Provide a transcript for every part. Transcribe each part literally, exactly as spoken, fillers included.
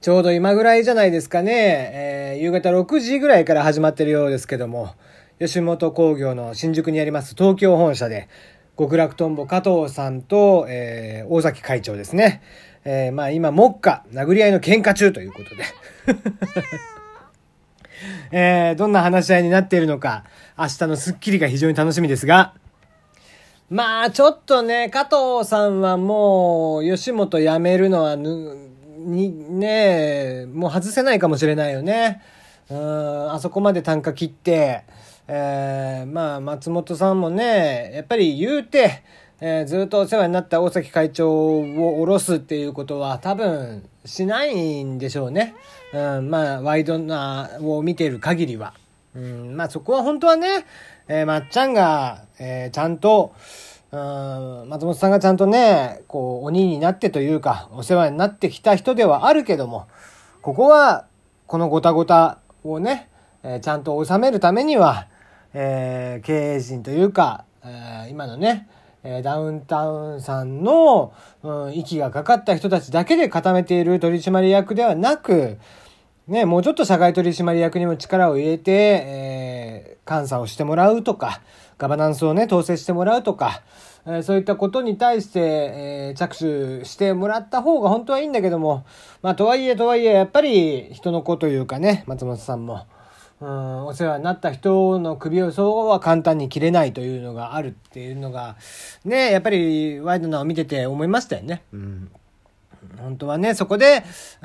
ちょうど今ぐらいじゃないですかね、えー、夕方ろくじぐらいから始まってるようですけども、吉本興業の新宿にあります東京本社で極楽とんぼ加藤さんと、えー、大崎会長ですね、えー、まあ今目下殴り合いの喧嘩中ということでえー、どんな話し合いになっているのか明日のスッキリが非常に楽しみですが、まあちょっとね、加藤さんはもう吉本辞めるのはぬにねもう外せないかもしれないよね。うーん、あそこまで単価切って、えー、まあ松本さんもねやっぱり言うて、えー、ずっとお世話になった大崎会長を下ろすっていうことは多分しないんでしょうね。うん、まあワイドナを見ている限りは、うん、まあそこは本当はね、えー、まっちゃんが、えー、ちゃんとうん、松本さんがちゃんとねこう鬼になってというかお世話になってきた人ではあるけども、ここはこのごたごたをね、えー、ちゃんと収めるためには、えー、経営陣というか、えー、今のねダウンタウンさんの、うん、息がかかった人たちだけで固めている取締役ではなく、ね、もうちょっと社外取締役にも力を入れて、えー、監査をしてもらうとか、ガバナンスをね統制してもらうとか、えー、そういったことに対して、えー、着手してもらった方が本当はいいんだけども、まあとはいえとはいえやっぱり人の子というかね、松本さんもうん、お世話になった人の首をそうは簡単に切れないというのがあるっていうのがね、やっぱりワイドナを見てて思いましたよね。うん、本当はねそこでうん、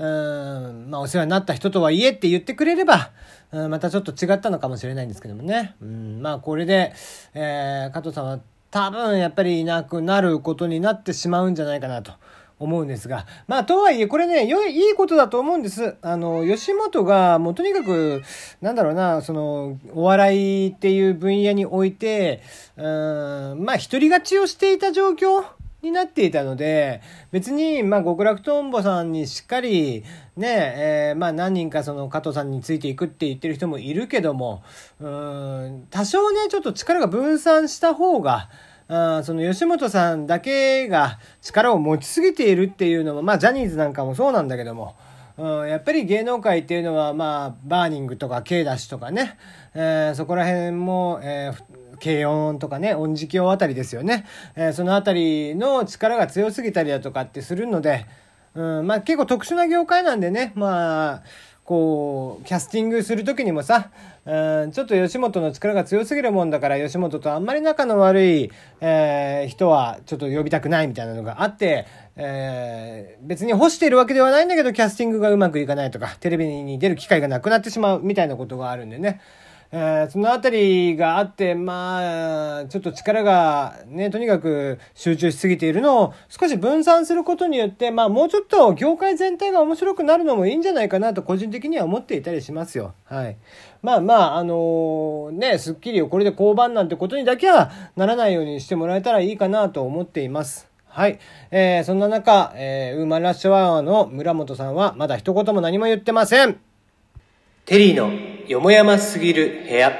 まあ、お世話になった人とはいえって言ってくれれば、うん、またちょっと違ったのかもしれないんですけどもね。うん、まあこれで、えー、加藤さんは多分やっぱりいなくなることになってしまうんじゃないかなと思うんですが、まあとはいえこれね良いいいことだと思うんです。あの吉本がもうとにかくなんだろうな、そのお笑いっていう分野においてうーんまあ独り勝ちをしていた状況になっていたので、別にまあ極楽とんぼさんにしっかりね、えー、まあ何人かその加藤さんについていくって言ってる人もいるけども、うーん多少ねちょっと力が分散した方が、あその吉本さんだけが力を持ちすぎているっていうのも、まあジャニーズなんかもそうなんだけども、うん、やっぱり芸能界っていうのはまあバーニングとか K ダッシュとかね、えー、そこら辺も、えー、軽音とかね、音痴教あたりですよね、えー、そのあたりの力が強すぎたりだとかってするので、うん、まあ結構特殊な業界なんでね、まあこうキャスティングする時にもさ、うん、ちょっと吉本の力が強すぎるもんだから吉本とあんまり仲の悪い、えー、人はちょっと呼びたくないみたいなのがあって、えー、別に欲しているわけではないんだけどキャスティングがうまくいかないとかテレビに出る機会がなくなってしまうみたいなことがあるんでね、えー、そのあたりがあって、まあちょっと力がねとにかく集中しすぎているのを少し分散することによって、まあもうちょっと業界全体が面白くなるのもいいんじゃないかなと個人的には思っていたりしますよ。はい。まあまああのー、ねスッキリをこれで降板なんてことにだけはならないようにしてもらえたらいいかなと思っています。はい、えー、そんな中、えー、ウーマンラッシュアワーの村本さんはまだ一言も何も言ってません。テリーのよもやますぎる部屋。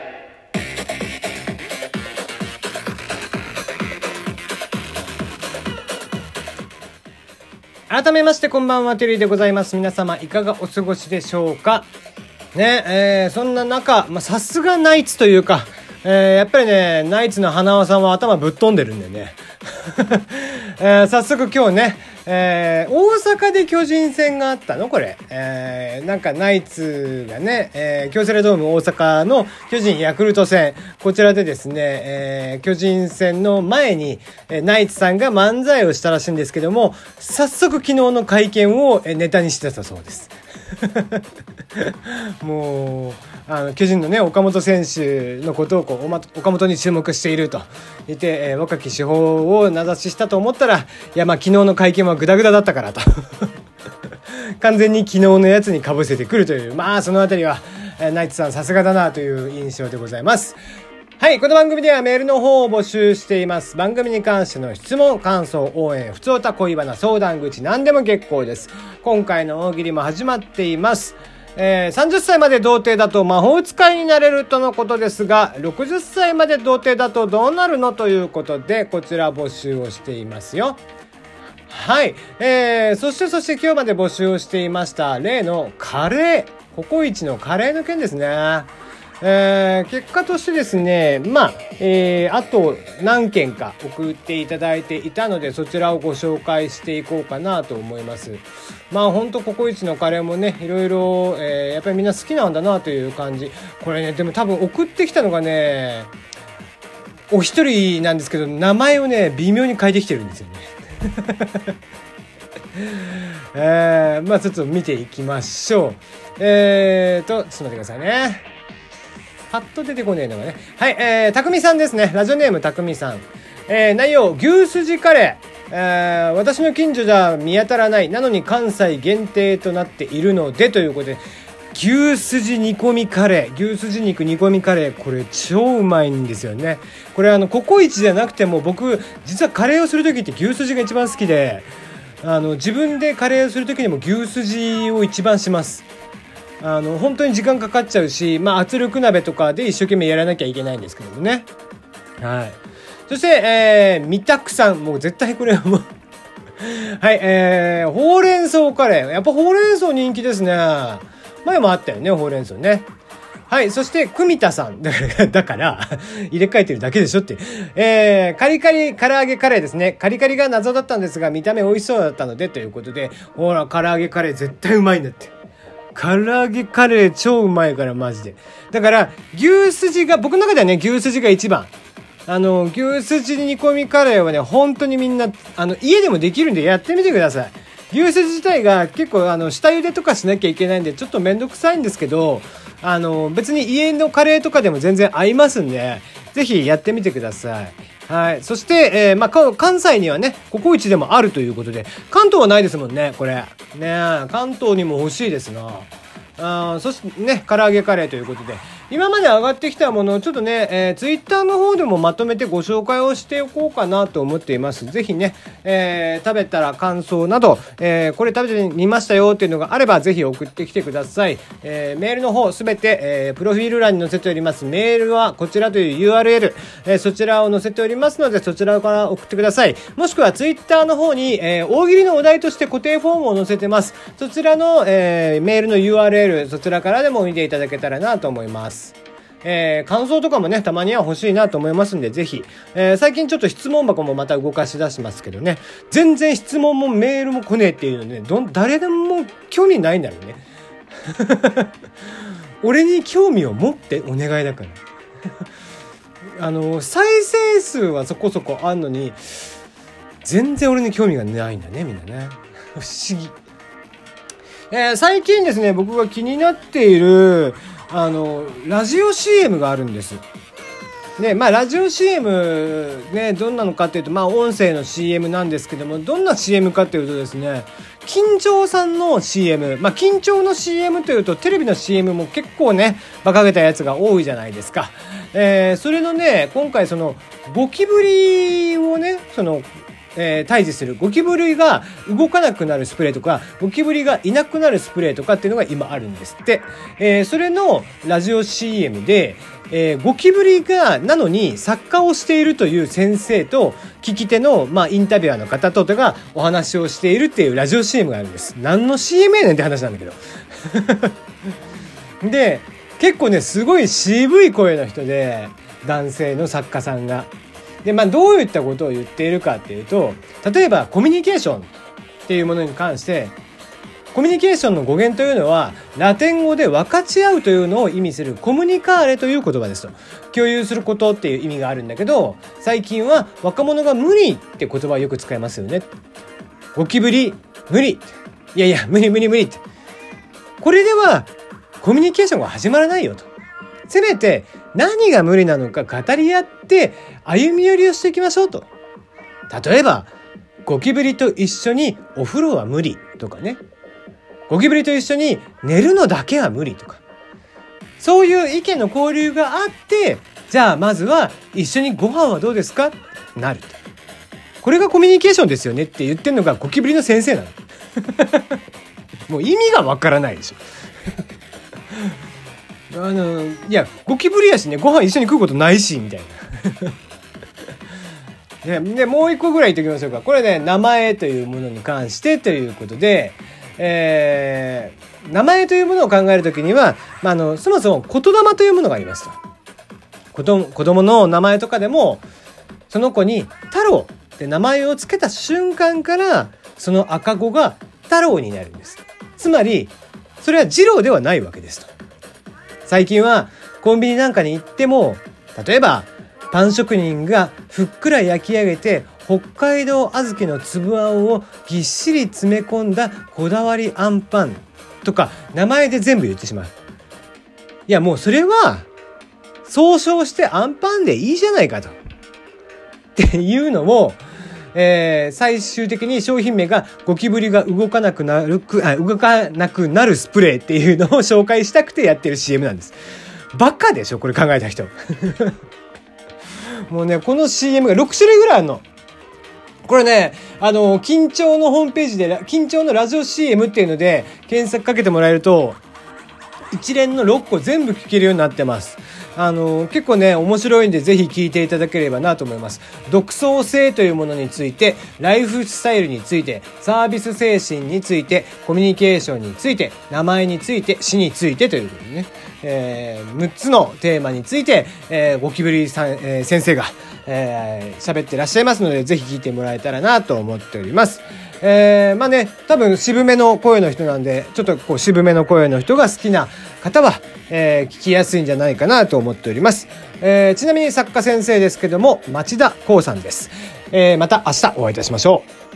改めましてこんばんは、テリーでございます。皆様いかがお過ごしでしょうかね。えー、そんな中、まあ、さすがナイツというか、えー、やっぱりねナイツの花輪さんは頭ぶっ飛んでるんでね、えー、早速今日ね、えー、大阪で巨人戦があったのこれ、えー、なんかナイツがね、えー、京セラドーム大阪の巨人ヤクルト戦、こちらでですね、えー、巨人戦の前に、えー、ナイツさんが漫才をしたらしいんですけども、早速昨日の会見をネタにしてたそうですもうあの巨人のね岡本選手のことをこうお、ま、岡本に注目していると言って、えー、若き手法を名指ししたと思ったら、いやまあ昨日の会見はグダグダだったからと完全に昨日のやつにかぶせてくるという、まあそのあたりは、えー、ナイツさんさすがだなという印象でございます。はい、この番組ではメールの方を募集しています。番組に関しての質問、感想、応援、ふつおた、恋バナ、相談口、何でも結構です。今回の大喜利も始まっています。えー、さんじゅっさいまで童貞だと魔法使いになれるとのことですが、ろくじゅっさいまで童貞だとどうなるのということで、こちら募集をしていますよ。 はい。えー、そしてそして今日まで募集をしていました例のカレー、ココイチのカレーの件ですね。えー、結果としてですね、まあ、えー、あと何件か送っていただいていたので、そちらをご紹介していこうかなと思います。まあ本当ココイチのカレーもね、いろいろ、えー、やっぱりみんな好きなんだなという感じ。これね、でも多分送ってきたのがね、お一人なんですけど、名前をね、微妙に変えてきてるんですよね。えー、まあちょっと見ていきましょう。えーと、ちょっと待ってくださいね。パッと出てこねえのがね。はい、えー、たくみさんですね。ラジオネームたくみさん。えー、内容、牛すじカレー。えー、私の近所じゃ見当たらない。なのに関西限定となっているので、ということで、牛すじ煮込みカレー。牛すじ肉煮込みカレー。これ超うまいんですよね。これあの、ココイチじゃなくても僕、実はカレーをするときって牛すじが一番好きで、あの、自分でカレーをするときにも牛すじを一番します。あの本当に時間かかっちゃうし、まあ、圧力鍋とかで一生懸命やらなきゃいけないんですけどもね。はい。そして、えー、みたくさん。もう絶対これはもうはい、えー、ほうれん草カレー。やっぱほうれん草人気ですね。前もあったよね、ほうれん草ね。はい。そして、くみたさん。だから、だから入れ替えてるだけでしょって。えー、カリカリ唐揚げカレーですね。カリカリが謎だったんですが、見た目美味しそうだったので、ということで、ほら、唐揚げカレー絶対うまいんだって。唐揚げカレー超うまいからマジで。だから牛すじが、僕の中ではね、牛すじが一番。あの牛すじ煮込みカレーはね、本当にみんなあの家でもできるんでやってみてください。牛すじ自体が結構あの下茹でとかしなきゃいけないんでちょっとめんどくさいんですけど、あの別に家のカレーとかでも全然合いますんで、ぜひやってみてください。はい。そして、えー、まあ、関西にはね、ココイチでもあるということで、関東はないですもんね、これ。ねえ、関東にも欲しいですな。あそしてね、唐揚げカレーということで、今まで上がってきたものをちょっとね、えー、ツイッターの方でもまとめてご紹介をしておこうかなと思っています。ぜひね、えー、食べたら感想など、えー、これ食べてみましたよっていうのがあればぜひ送ってきてください。えー、メールの方すべて、えー、プロフィール欄に載せております。メールはこちらという ユーアールエル、えー、そちらを載せておりますので、そちらから送ってください。もしくはツイッターの方に、えー、大喜利のお題として固定フォームを載せてます。そちらの、えー、メールの ユーアールエル、そちらからでも見ていただけたらなと思います。えー、感想とかもね、たまには欲しいなと思いますんで、ぜひ、えー、最近ちょっと質問箱もまた動かし出しますけどね、全然質問もメールも来ねえっていうのね、どん、誰でも興味ないんだろうね。俺に興味を持ってお願いだから。あの、再生数はそこそこあんのに、全然俺に興味がないんだね、みんなね。不思議。えー、最近ですね、僕が気になっている、あの、ラジオ シーエム があるんです。で、まあ、ラジオ シーエム ね、どんなのかっていうと、まあ、音声の シーエム なんですけども、どんな シーエム かっていうとですね、緊張さんの シーエム。まあ、緊張の シーエム というと、テレビの シーエム も結構ね、馬鹿げたやつが多いじゃないですか。えー、それのね、今回その、ゴキブリをね、その、えー、退治するゴキブリが動かなくなるスプレーとかゴキブリがいなくなるスプレーとかっていうのが今あるんですって、えー、それのラジオ シーエム で、えー、ゴキブリがなのに作家をしているという先生と聞き手の、まあ、インタビュアーの方とがお話をしているっていうラジオ シーエム があるんです。何の シーエム やねんって話なんだけどで結構ねすごい渋い声の人で、男性の作家さんがで、まあ、どういったことを言っているかっていうと、例えばコミュニケーションっていうものに関して、コミュニケーションの語源というのはラテン語で分かち合うというのを意味するコムニカーレという言葉ですと。共有することっていう意味があるんだけど、最近は若者が無理って言葉をよく使いますよね。ゴキブリ無理、いやいや無理無理無理って、これではコミュニケーションが始まらないよと。せめて何が無理なのか語り合って歩み寄りをしていきましょうと。例えばゴキブリと一緒にお風呂は無理とかね、ゴキブリと一緒に寝るのだけは無理とか、そういう意見の交流があって、じゃあまずは一緒にご飯はどうですかなると。これがコミュニケーションですよねって言ってんのがゴキブリの先生なの。もう意味がわからないでしょ。あのいやゴキブリやしね、ご飯一緒に食うことないしみたいな。 ね、で、もう一個ぐらい言っておきましょうか。これね、名前というものに関してということで、えー、名前というものを考えるときには、まあ、あの、そもそも言霊というものがありますと。子供、子供の名前とかでも、その子に太郎って名前をつけた瞬間から、その赤子が太郎になるんです。つまり、それは二郎ではないわけですと。最近はコンビニなんかに行っても、例えばパン職人がふっくら焼き上げて北海道小豆の粒あんをぎっしり詰め込んだこだわりあんパンとか名前で全部言ってしまう。いやもうそれは総称してアンパンでいいじゃないかとっていうのを、えー、最終的に商品名がゴキブリが動かなくなるあ動かなくなるスプレーっていうのを紹介したくてやってる シーエム なんです。バカでしょこれ考えた人もうねこの シーエム がろくしゅるいぐらいあるの。これねあの緊張のホームページで緊張のラジオ シーエム っていうので検索かけてもらえると一連のろっこ全部聞けるようになってます。あの結構ね面白いんでぜひ聞いていただければなと思います。独創性というものについて、ライフスタイルについて、サービス精神について、コミュニケーションについて、名前について、死についてということでね、えー、むっつのテーマについて、えー、ゴキブリさん、えー、先生が喋、えー、ってらっしゃいますのでぜひ聞いてもらえたらなと思っております。えー、まあね多分渋めの声の人なんでちょっとこう渋めの声の人が好きな方は、えー、聞きやすいんじゃないかなと思っております。えー、ちなみに作家先生ですけども町田光さんです。えー、また明日お会いいたしましょう。